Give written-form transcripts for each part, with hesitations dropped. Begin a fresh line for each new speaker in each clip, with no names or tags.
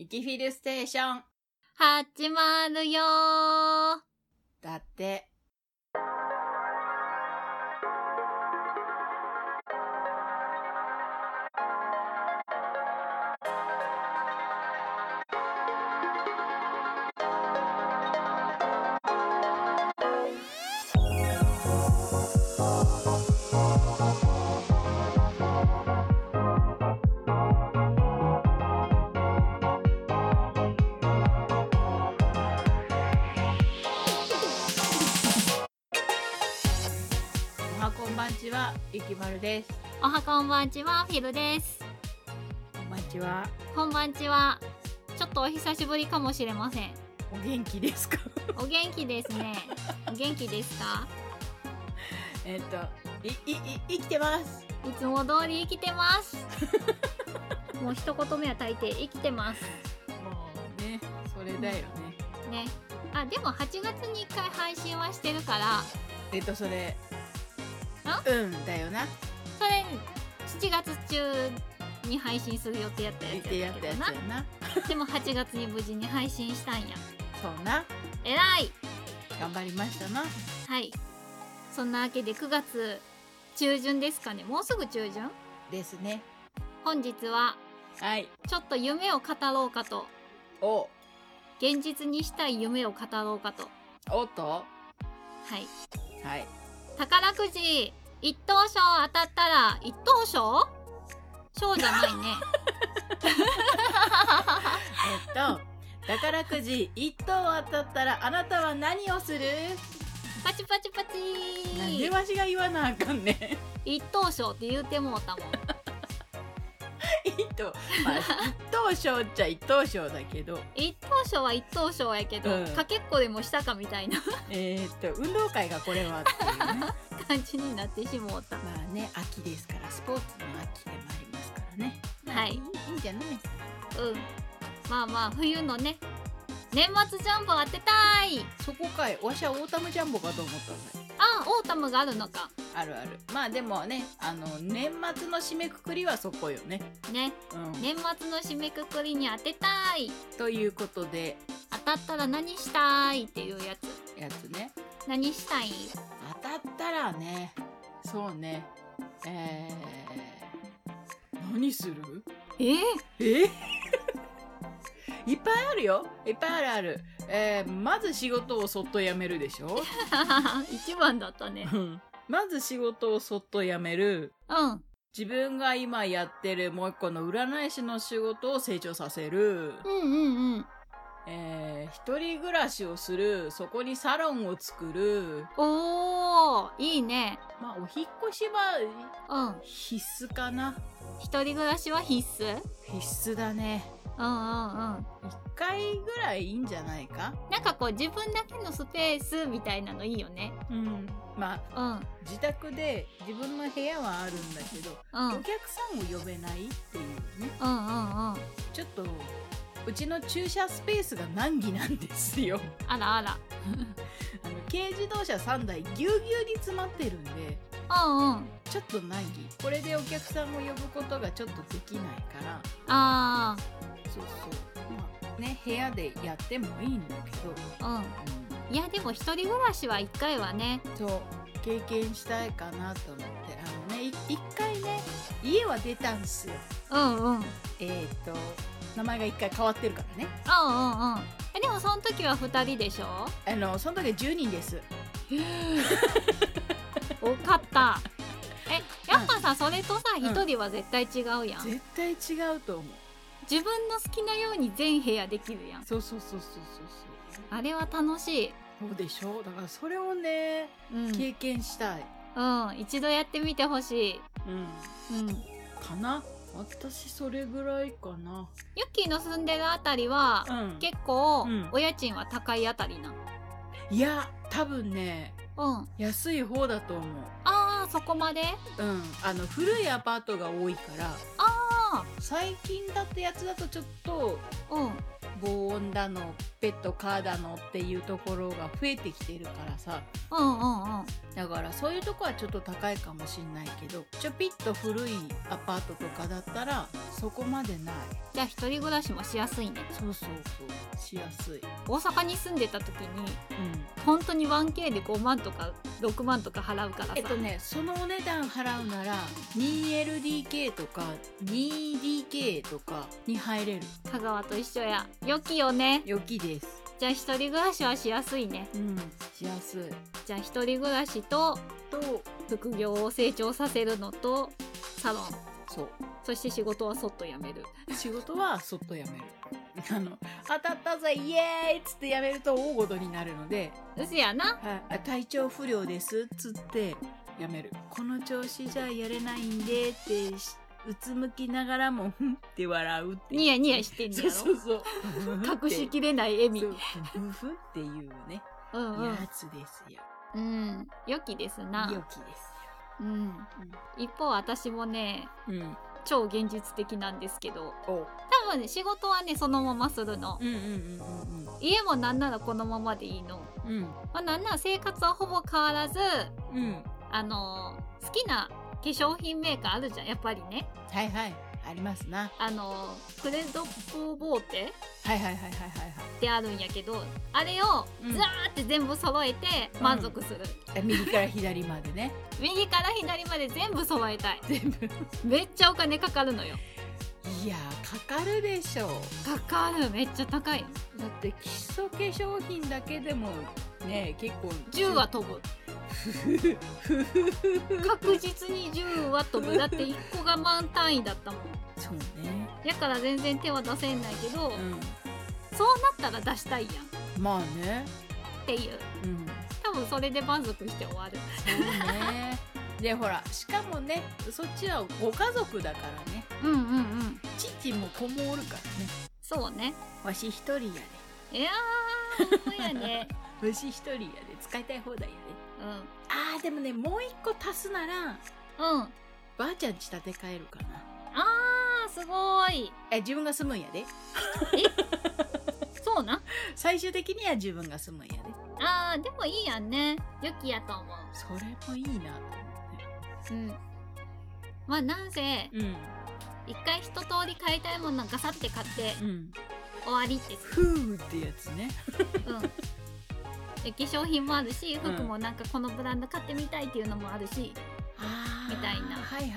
イキフィルステーション
始まるよー。
だって。こんばんちは、ゆきまるです。
おはこんばんちは、フィルです。
こんばんちは。
こんばんちは。ちょっとお久しぶりかもしれません。
お元気ですか？
お元気ですね。お元気ですか？
生きてます。
いつも通り生きてます。もう一言目は大抵生きてます。
もうね、それだよね。
ね。あ、でも8月に1回配信はしてるから。
それ。だよな。
それ7月中に配信する予定やったやつやったけどな。でも8月に無事に配信したんや。
そうな。
えらい。
頑張りましたな。
はい。そんなわけで9月中旬ですかね。もうすぐ中旬
ですね。
本日はちょっと夢を語ろうかと。
お。
現実にしたい夢を語ろうかと。
おっと。
はい。宝くじ一等賞当たったら、一等賞賞じゃないね。
宝くじ一等当たったらあなたは何をする？
パチパチパチー。
なんでわしが言わなあかんねん。
一等賞って言うてもうたもん。
まあ、一等賞っちゃ一等賞だけど、
一等賞は一等賞やけど、かけっこでもしたかみたいな
運動会がこれはっていうね
感じになってしもうた。
まあね、秋ですからスポーツの秋でもありますからね。
はい、
いいんじゃない？
まあまあ冬のね、年末ジャンボ当てたい。
そこかい。わしはオータムジャンボかと思ったんだよ。
あ、オータムがあるのか。
あるある。まあでもね、年末の締めくくりはそこよね。
ね、年末の締めくくりに当てたい
ということで、
当たったら何したいっていうやつ
ね。
何したい？
当たったらね、そうね、何する？いっぱいあるよ。いっぱいある。まず仕事をそっと辞めるでしょ。
一番だったね。
まず仕事をそっと辞める。自分が今やってるもう一個の占い師の仕事を成長させる。一人暮らしをする。そこにサロンを作る。
おー、いいね。
まあお引っ越しは必須かな。
一人暮らしは必須？
必須だね。一回ぐらいいいんじゃないか。
なんかこう自分だけのスペースみたいなのいいよね。
まあ、自宅で自分の部屋はあるんだけど、お客さんを呼べないっていうね。ちょっとうちの駐車スペースが難儀なんですよ。
あらあら。
軽自動車3台ぎゅうぎゅうに詰まってるんで、ちょっと難儀。これでお客さんを呼ぶことがちょっとできないから。そうまあね、部屋でやってもいいんだけど、
いやでも一人暮らしは一回はね、
そう経験したいかなと思って、一回ね、家は出たんすよ。名前が一回変わってるからね。
でもその時は2人でしょ？
その時は10人です。
多かった。やっぱさ、それとさ、1人は絶対違うやん。
絶対違うと思う。
自分の好きなように全部屋できるやん。そう。あれは楽しい。
そうでしょ。だからそれをね、経験したい。
一度やってみてほしい。
かな。私それぐらいかな。
ユッキーの住んでるあたりは、結構、お家賃は高いあたりな。
いや、多分ね、安い方だと思う。
そこまで？
古いアパートが多いから。最近だってやつだとちょっと、防音だのペットカーだのっていうところが増えてきてるからさ、だからそういうとこはちょっと高いかもしんないけど、ちょぴっと古いアパートとかだったらそこまでない。
じゃあ一人暮らしもしやすいね。
そうそうそう、しやすい。
大阪に住んでた時に、本当に 1K で5万とか6万とか払うからさ、
そのお値段払うなら 2LDK とか 2DK とかに入れる。
香川と一緒や。良きよね。
良きです。
じゃあ一人暮らしはしやすいね。
しやすい。
じゃあ一人暮らしと副業を成長させるのとサロン、そして仕事はそっと辞める。
仕事はそっと辞める。当たったぜイエーイっつって辞めると大ごとになるので、
うせやな、
体調不良ですっつって辞める。この調子じゃやれないんでってうつむきながらもふんって笑うって、
ニヤニヤしてんねやろ。
そう
隠しきれない笑み。
ふふっていうね、やつですよ。
良きですな。
良きですよ。
一方私もね、超現実的なんですけど、多分ね、仕事はねそのままするの。家もなんならこのままでいいの。なんなら生活はほぼ変わらず、好きな化粧品メーカーあるじゃん、やっぱりね。
ありますな。
クレドポボーテってあるんやけど、あれをザーって全部揃えて満足する。
右から左までね。
右から左まで全部揃えたい。
全部。
めっちゃお金かかるのよ。
いやかかるでしょ。
かかる、めっちゃ高い。
だって基礎化粧品だけでもね、結構
10は飛ぶ。確実に10は飛ぶ。だって1個が万単位だったもん。
そうね。
だから全然手は出せんないけど、そうなったら出したいやん。
まあね。
っていう。多分それで満足して終わる。
そうね。でほら、しかもね、そっちはご家族だからね。父も子もおるからね。
そうね。
わし一人やで。
いやそうやね。
わし一人やで、使いたい放題やで。でもね、もう一個足すなら、ばあちゃんち建て替えるかな。
すごい。
自分が住むんやで。
そうな。
最終的には自分が住むんやで。
でもいいやんね。良きやと思う。
それもいいなと思って。
まあなんせ、一回一通り買いたいものガサって買って、終わりって。
ふーってやつね。
化粧品もあるし、服もなんかこのブランド買ってみたいっていうのもあるし、みたいな。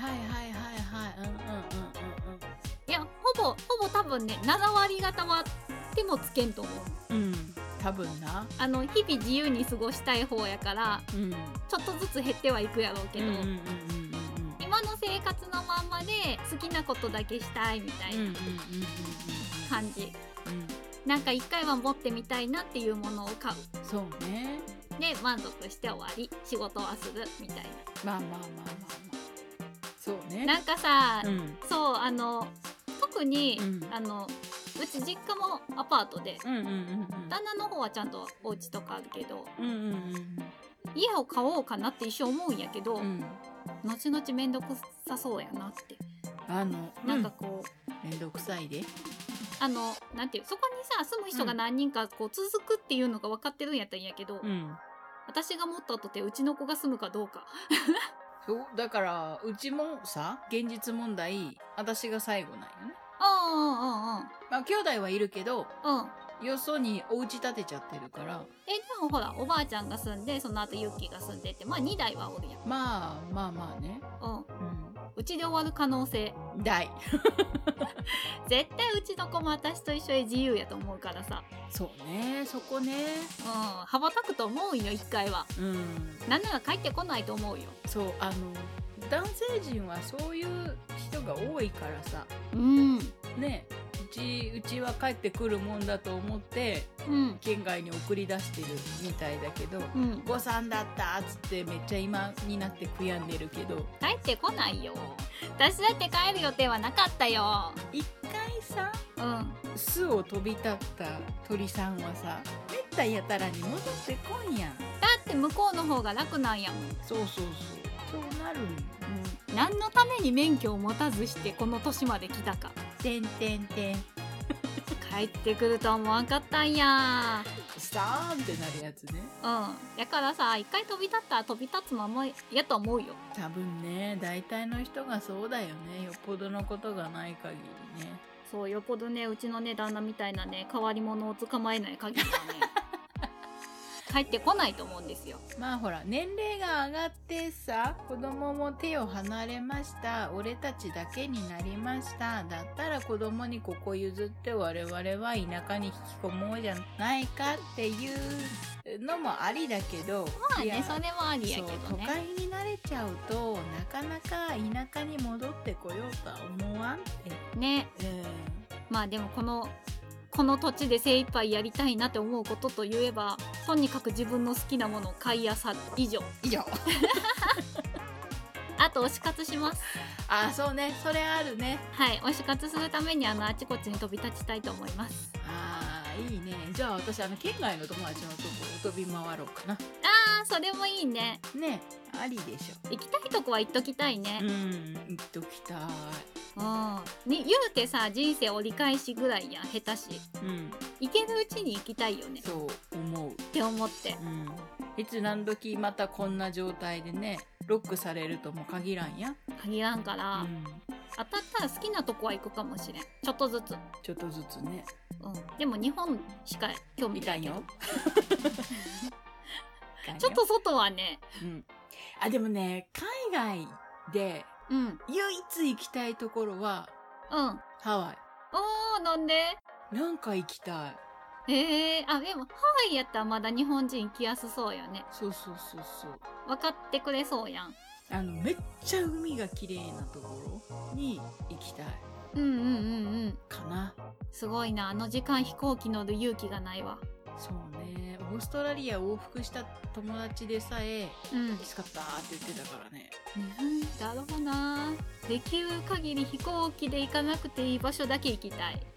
いや、ほぼ多分ね、7割方は手もつけんと思う。
多分な。
日々自由に過ごしたい方やから、ちょっとずつ減ってはいくやろうけど、今の生活のまんまで好きなことだけしたいみたいな感じ。なんか一回は持ってみたいなっていうものを買う。
そうね。
で満足して終わり、仕事はするみたいな。
まあそうね。
なんかさ、そう特に、うち実家もアパートで、旦那の方はちゃんとお家とかあるけど、家を買おうかなって一生思うんやけど、後々めんどくさそうやなって。なんかこ
うめんどくさいで。
なんていう、そこにさ住む人が何人かこう続くっていうのが分かってるんやったんやけど、私が持ったとてうちの子が住むかどうか。
そうだから、うちもさ、現実問題私が最後なんよね。まあ兄弟はいるけど、よそにお家建てちゃってるから。で
もほら、おばあちゃんが住んで、その後ユッキーが住んでって、まあ2代はおるやん。
まあね。
うちで終わる可能性
大。
絶対うちの子も私と一緒で自由やと思うからさ。
そうね、そこね。
羽ばたくと思うよ、一回は。なんなら帰ってこないと思うよ。
そう、男性陣はそういう人が多いからさ。ね、うちは帰ってくるもんだと思って、県外に送り出してるみたいだけど、誤算だったっつってめっちゃ今になって悔やんでるけど、
帰ってこないよ。私だって帰る予定はなかったよ。
一回さ、巣を飛び立った鳥さんはさ、めったやたらに戻ってこんやん。
だって向こうの方が楽なんやもん。
そうなるん。
何のために免許を持たずしてこの年まで来たか。
てんてんてん。
帰ってくるとは思わんかったんや。
スターンってなるやつね。
やからさ、一回飛び立ったら飛び立つままやと思うよ。
多分ね、大体の人がそうだよね。よっぽどのことがない限りね。
そう、よっぽどね、うちのね、旦那みたいなね、変わり者を捕まえない限りはね帰ってこないと思うんですよ。
まあほら、年齢が上がってさ、子供も手を離れました、俺たちだけになりました、だったら子供にここ譲って我々は田舎に引きこもうじゃないかっていうのもありだけど、
まあね、それはありやけどね。
都会に慣れちゃうとなかなか田舎に戻ってこようとは思わんって
ね。まあでもこの土地で精一杯やりたいなって思うことといえば、とにかく自分の好きなものを買いあさる以上あと推し活します。
あ、そうね、それあるね。
はい、推し活するためにあちこちに飛び立ちたいと思います。
いいね。じゃあ私県外の友達のところ飛び回ろうかな。
それもいいね。
ね、ありでしょ。
行きたいとこは行っときたいね。
行っときたい。
言うてさ、人生折り返しぐらいやん、下手し。行けるうちに行きたいよね。
そう思う
って思って。
いつ何時またこんな状態でね、ロックされるとも限らんや。
限らんから、当たったら好きなとこは行くかもしれん。ちょっとずつね。でも日本しか興味ないよ。ちょっと外はね。
でもね、海外で唯一行きたいところはハワイ。
なんで？
なんか行きたい。
でもハワイやったらまだ日本人行きやすそうよね。
そう。
分かってくれそうやん。
めっちゃ海が綺麗なところに行きたい。かな。
すごいな。時間飛行機乗る勇気がないわ。
そうね。オーストラリア往復した友達でさえきつかったって言ってたからね。
だろうな。できる限り飛行機で行かなくていい場所だけ行きたい。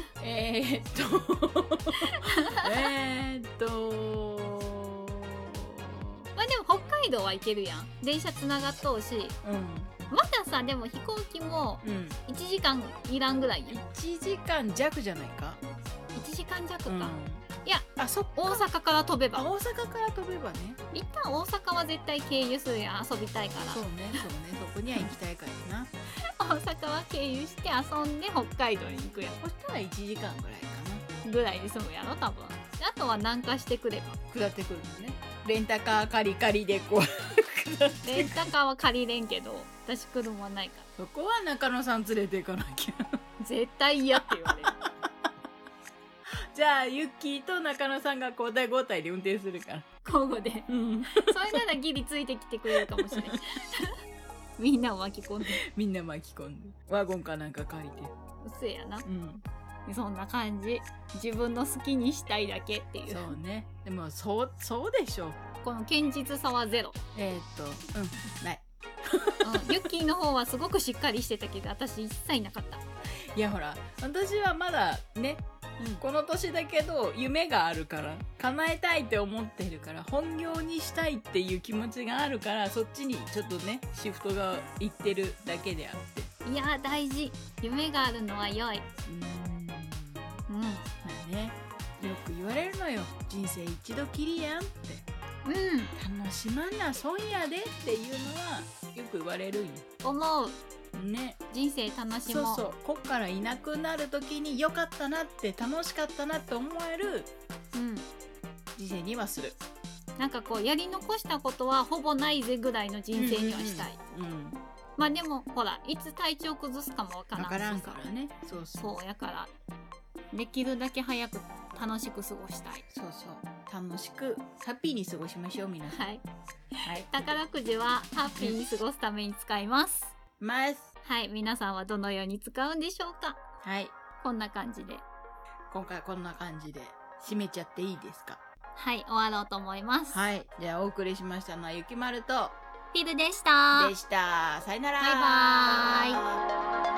まあでも北海道は行けるやん。電車つながっとうし。まださ、でも飛行機も1時間いらんぐらいやん。
1時間弱じゃないか。
1時間弱か。いや、
大
阪から飛べば。
大阪から飛べばね。
一旦大阪は絶対経由するやん。遊びたいから。
そうね。そこには行きたいからな。
大阪は経由して遊んで北海道に行くやん。
そしたら1時間ぐらいかな。
ぐらいで済むやろ、多分。あとは南下してくれば。
下ってくるのね。レンタカー借りでこう。
レンタカーは借りれんけど、私車ないから。
そこは中野さん連れて行かなきゃ。
絶対嫌って言われる。
じゃあユッキーと中野さんが交代交代で運転するから。
交互で。それならギリついてきてくれるかもしれない。みんなを巻き込んで。ワゴンかなんか借りて。 うせやな。そんな感じ。自分の好きにしたいだけっていう。
そうね。でもそうでしょう。
この堅実さはゼロ。
ない。
ユッキーの方はすごくしっかりしてたけど、私一切なかった。
いやほら、私はまだね、この年だけど夢があるから、叶えたいって思ってるから、本業にしたいっていう気持ちがあるから、そっちにちょっとねシフトがいってるだけであって。
いや大事。夢があるのは良い。
まあね、よく言われるのよ。人生一度きりやんって。楽しまんな損やでっていうのはよく言われるんよ。
思う
ね。
人生楽しもう。
こっからいなくなる時に良かったなって楽しかったなって思える人生にはする。
なんかこうやり残したことはほぼないぜぐらいの人生にはしたい。まあでもほら、いつ体調崩すかもわからんしさ。
からね。
そうやからできるだけ早く楽しく過ごしたい。
楽しくハッピーに過ごしましょう皆さん。はい。
宝くじはハッピーに過ごすために使います。はい、皆さんはどのように使うんでしょうか。
はい。
こんな感じで。
今回こんな感じで締めちゃっていいですか。
はい、終わろうと思います。
はい。じゃあお送りしましたのはゆきまると
フィルでした。
さよなら。
バイバーイ。